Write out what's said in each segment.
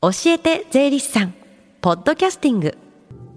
教えて税理士さんポッドキャスティング。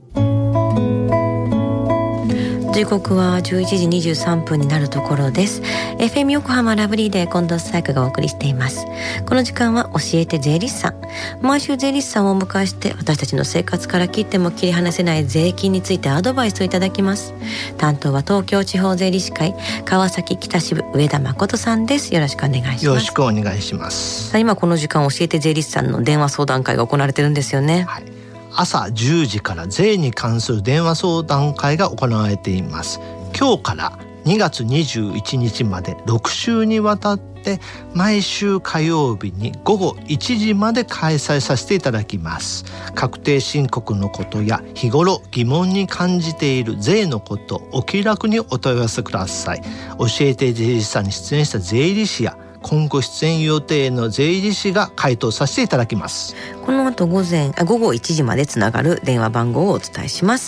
時刻は11時23分になるところです。 FM 横浜ラブリーで近藤紗友香がお送りしています。この時間は教えて税理士さん。毎週税理士さんをお迎えして私たちの生活から切っても切り離せない税金についてアドバイスをいただきます。担当は東京地方税理士会川崎北支部上田誠さんです。よろしくお願いします。 よろしくお願いします。 さあ、今この時間教えて税理士さんの電話相談会が行われてるんですよね。 はい、朝10時から税に関する電話相談会が行われています。今日から2月21日まで6週にわたって毎週火曜日に午後1時まで開催させていただきます。確定申告のことや日頃疑問に感じている税のことお気楽にお問い合わせください。教えて税理士さんに出演した税理士や今後出演予定の税理士が回答させていただきます。 この後午後1時までつながる電話番号をお伝えします。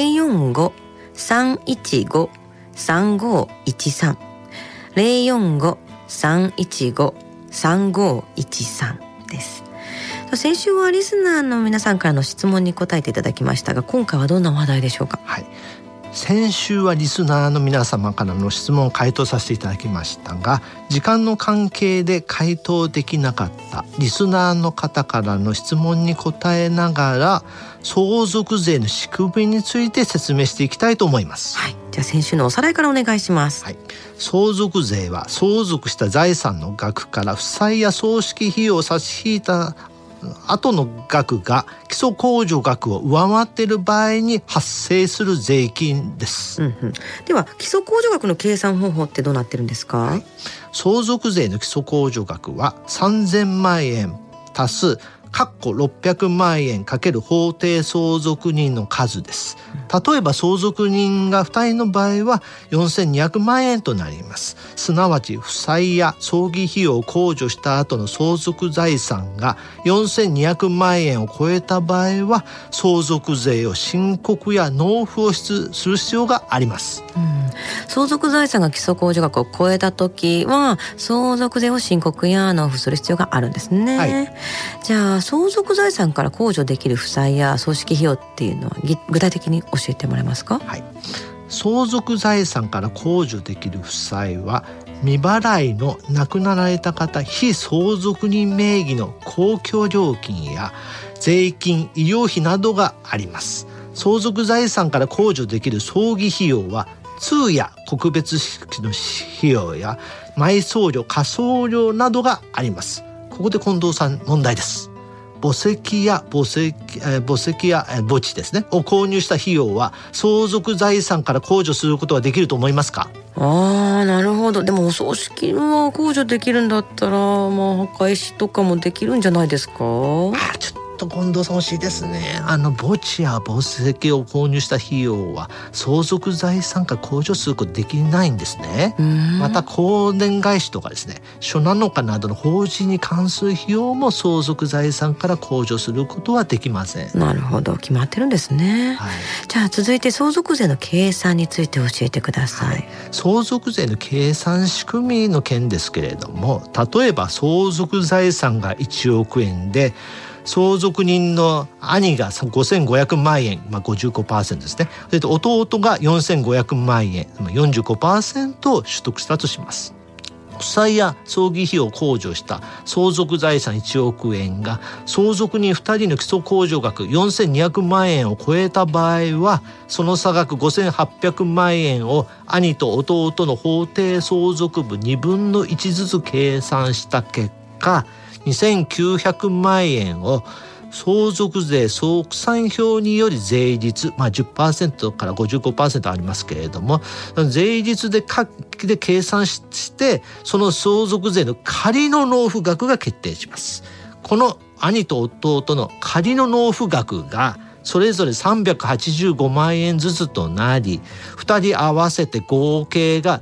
045-315-3513 045-315-3513 です。先週はリスナーの皆さんからの質問に答えていただきましたが、今回はどんな話題でしょうか。 はい、先週はリスナーの皆様からの質問を回答させていただきましたが、時間の関係で回答できなかったリスナーの方からの質問に答えながら相続税の仕組みについて説明していきたいと思います。 はい、じゃあ先週のおさらいからお願いします。 はい、相続税は相続した財産の額から負債や葬式費用を差し引いた後の額が基礎控除額を上回っている場合に発生する税金です。 では基礎控除額の計算方法ってどうなってるんですか。 はい、相続税の基礎控除額は3000万円足す600万円かける法定相続人の数です。例えば相続人が2人の場合は4200万円となります。すなわち負債や葬儀費用を控除した後の相続財産が4200万円を超えた場合は相続税を申告や納付をする必要があります。 相続財産が基礎控除額を超えた時は相続税を申告や納付する必要があるんですね。はい、じゃあ相続財産から控除できる負債や葬式費用っていうのは具体的に教えてもらえますか。 はい、相続財産から控除できる負債は未払いの亡くなられた方非相続人名義の公共料金や税金医療費などがあります。相続財産から控除できる葬儀費用は通夜告別式の費用や埋葬料火葬料などがあります。ここで近藤さん問題です。墓石や墓地ですねを購入した費用は相続財産から控除することはできると思いますか。 なるほど。でもお葬式は控除できるんだったら、墓石とかもできるんじゃないですか。 ちょっと近藤さん惜しいですね。墓地や墓石を購入した費用は相続財産から控除することできないんですね。また後年返しとかですね、諸7日などの法事に関する費用も相続財産から控除することはできません。 なるほど、決まってるんですね。はい、じゃあ続いて相続税の計算について教えてください。はい、 相続税の計算仕組みの件ですけれども、例えば相続財産が1億円で相続人の兄が5500万円、55% ですね。それと弟が4500万円、45% を取得したとします。負債や葬儀費用を控除した相続財産1億円が相続人2人の基礎控除額4200万円を超えた場合は、その差額5800万円を兄と弟の法定相続分2分の1ずつ計算した結果、2900万円を相続税総算表により税率、10% から 55% ありますけれども、税率で計算してその相続税の仮の納付額が決定します。この兄と弟の仮の納付額がそれぞれ385万円ずつとなり、2人合わせて合計が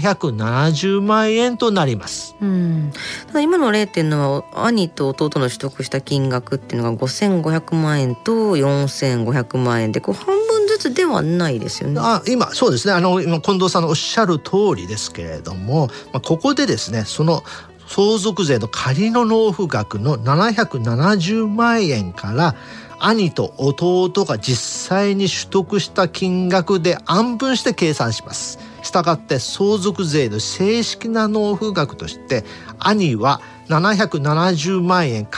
770万円となります。 ただ今の例っていうのは兄と弟の取得した金額っていうのが5500万円と4500万円で半分ずつではないですよね。 今そうですね、今近藤さんのおっしゃる通りですけれども、ここでですね、その相続税の仮の納付額の770万円から兄と弟が実際に取得した金額で案分して計算します。したがって相続税の正式な納付額として兄は770万円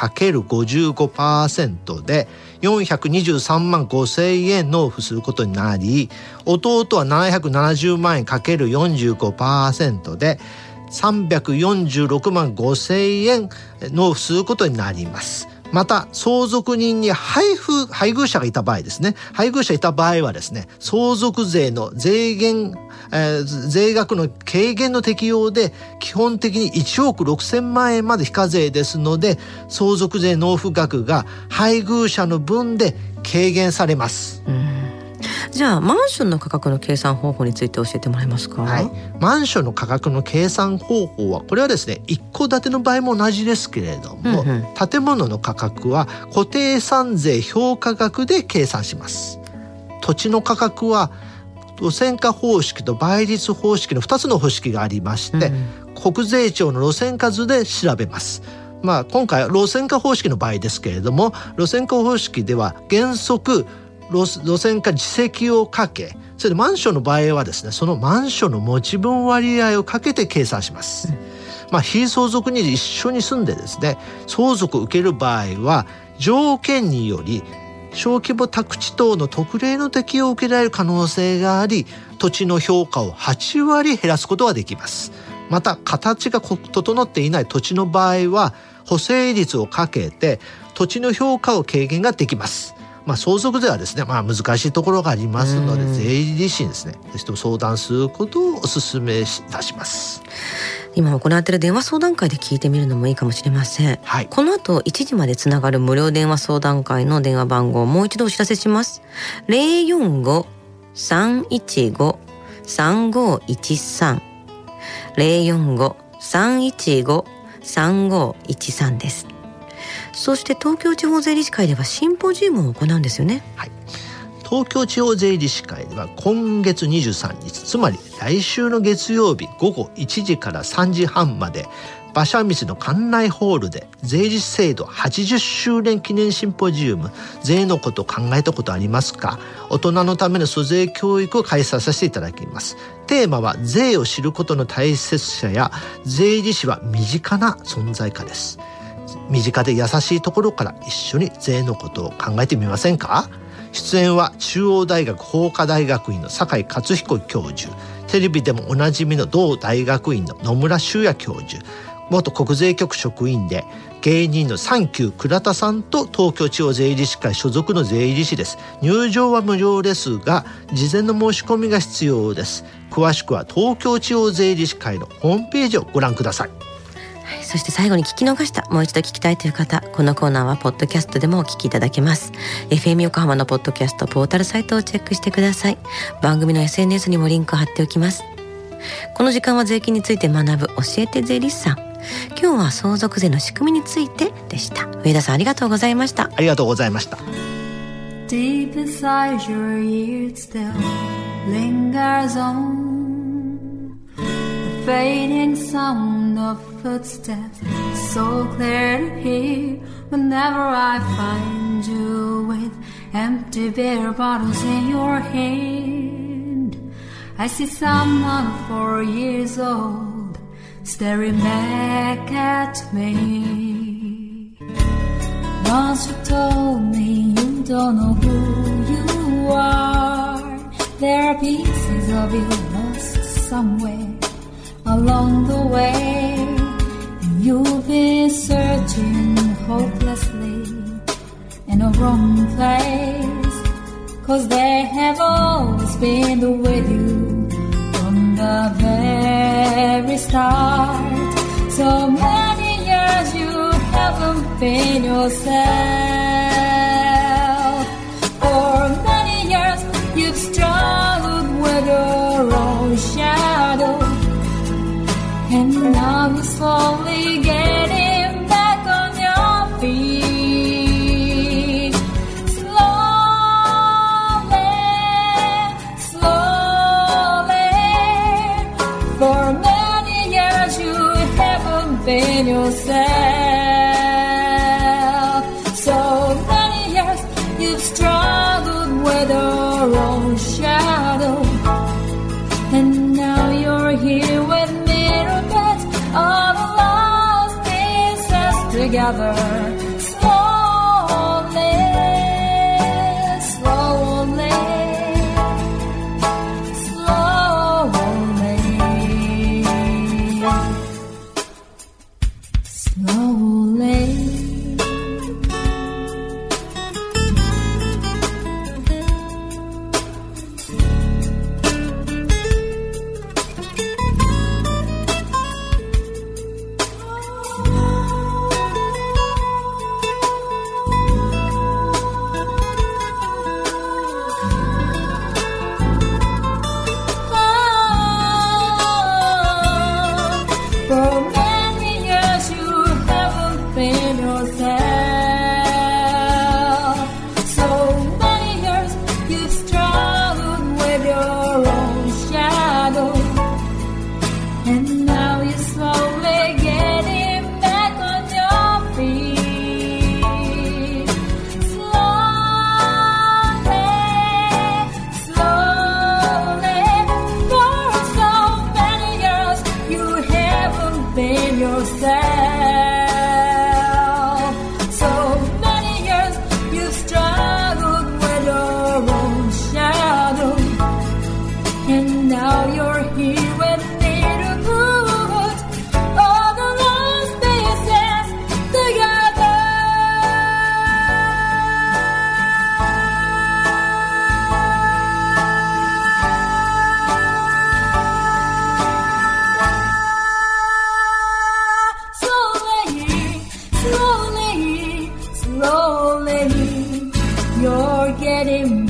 ×55% で423万5千円納付することになり、弟は770万円 ×45% で346万5千円納付することになります。また相続人に配偶者がいた場合ですね、配偶者いた場合はですね、相続税の税額の軽減の適用で基本的に1億6000万円まで非課税ですので、相続税納付額が配偶者の分で軽減されます。 じゃあマンションの価格の計算方法について教えてもらえますか？ はい、マンションの価格の計算方法はこれはですね、一戸建ての場合も同じですけれども、建物の価格は固定資産税評価額で計算します。土地の価格は路線価方式と倍率方式の2つの方式がありまして、国税庁の路線価図で調べます。今回は路線価方式の場合ですけれども、路線価方式では原則路線価実績をかけ、それでマンションの場合はですね、そのマンションの持ち分割合をかけて計算します。非相続人で一緒に住んでですね、相続を受ける場合は条件により小規模宅地等の特例の適用を受けられる可能性があり、土地の評価を8割減らすことができます。また形が整っていない土地の場合は補正率をかけて土地の評価を軽減ができます。相続税はですね、難しいところがありますので、税理士にですね、ぜひとも相談することをお勧めいたします。 今行われている電話相談会で聞いてみるのもいいかもしれません。この後1時までつながる無料電話相談会の電話番号をもう一度お知らせします。 045-315-3513 045-315-3513 です。そして東京地方税理士会ではシンポジウムを行うんですよね。 東京地方税理士会では今月23日、つまり来週の月曜日午後1時から3時半まで馬車道の館内ホールで税理士制度80周年記念シンポジウム、税のこと考えたことありますか？大人のための租税教育を開催させていただきます。テーマは税を知ることの大切さや税理士は身近な存在かです。身近で優しいところから一緒に税のことを考えてみませんか？出演は中央大学法科大学院の酒井克彦教授、テレビでもおなじみの同大学院の野村修也教授、元国税局職員で芸人のサンキュー倉田さんと東京地方税理士会所属の税理士です。入場は無料ですが事前の申し込みが必要です。詳しくは東京地方税理士会のホームページをご覧ください。 そして最後に聞き逃した、もう一度聞きたいという方、このコーナーはポッドキャストでもお聞きいただけます。 FM 横浜のポッドキャストポータルサイトをチェックしてください。番組の SNS にもリンクを貼っておきます。この時間は税金について学ぶ教えて税理士さん。今日は相続税の仕組みについてでした。上田さん、ありがとうございました。 ありがとうございました。 Deep inside your ears still lingers on fading sound of footsteps, so clear to hear whenever I find you with empty beer bottles in your hand. I see someone 4 years old staring back at me. Once you told me you don't know who you are. There are pieces of you lost somewhere.Along the way, you've been searching hopelessly in a wrong place, 'cause they have always been with you from the very start. So many years you haven't been yourself. For many years you've struggled with your own shadow.And now you're slowly getting back on your feet. Slowly, slowly. For many years you haven't been you've struggled with your own shadow, and now you're here with me to put all the lost pieces together. Slowly, slowly, slowly, slowly. For many years you haven't been yourself. So many years you've struggled with your own shadow, and now you're slowly getting back on your feet. Slowly, slowly. For so many years you haven't been yourself. So many years you've struggled with your own shadow, and now you're here with me to put all the lost pieces together. Slowly, slowly, slowly, you're getting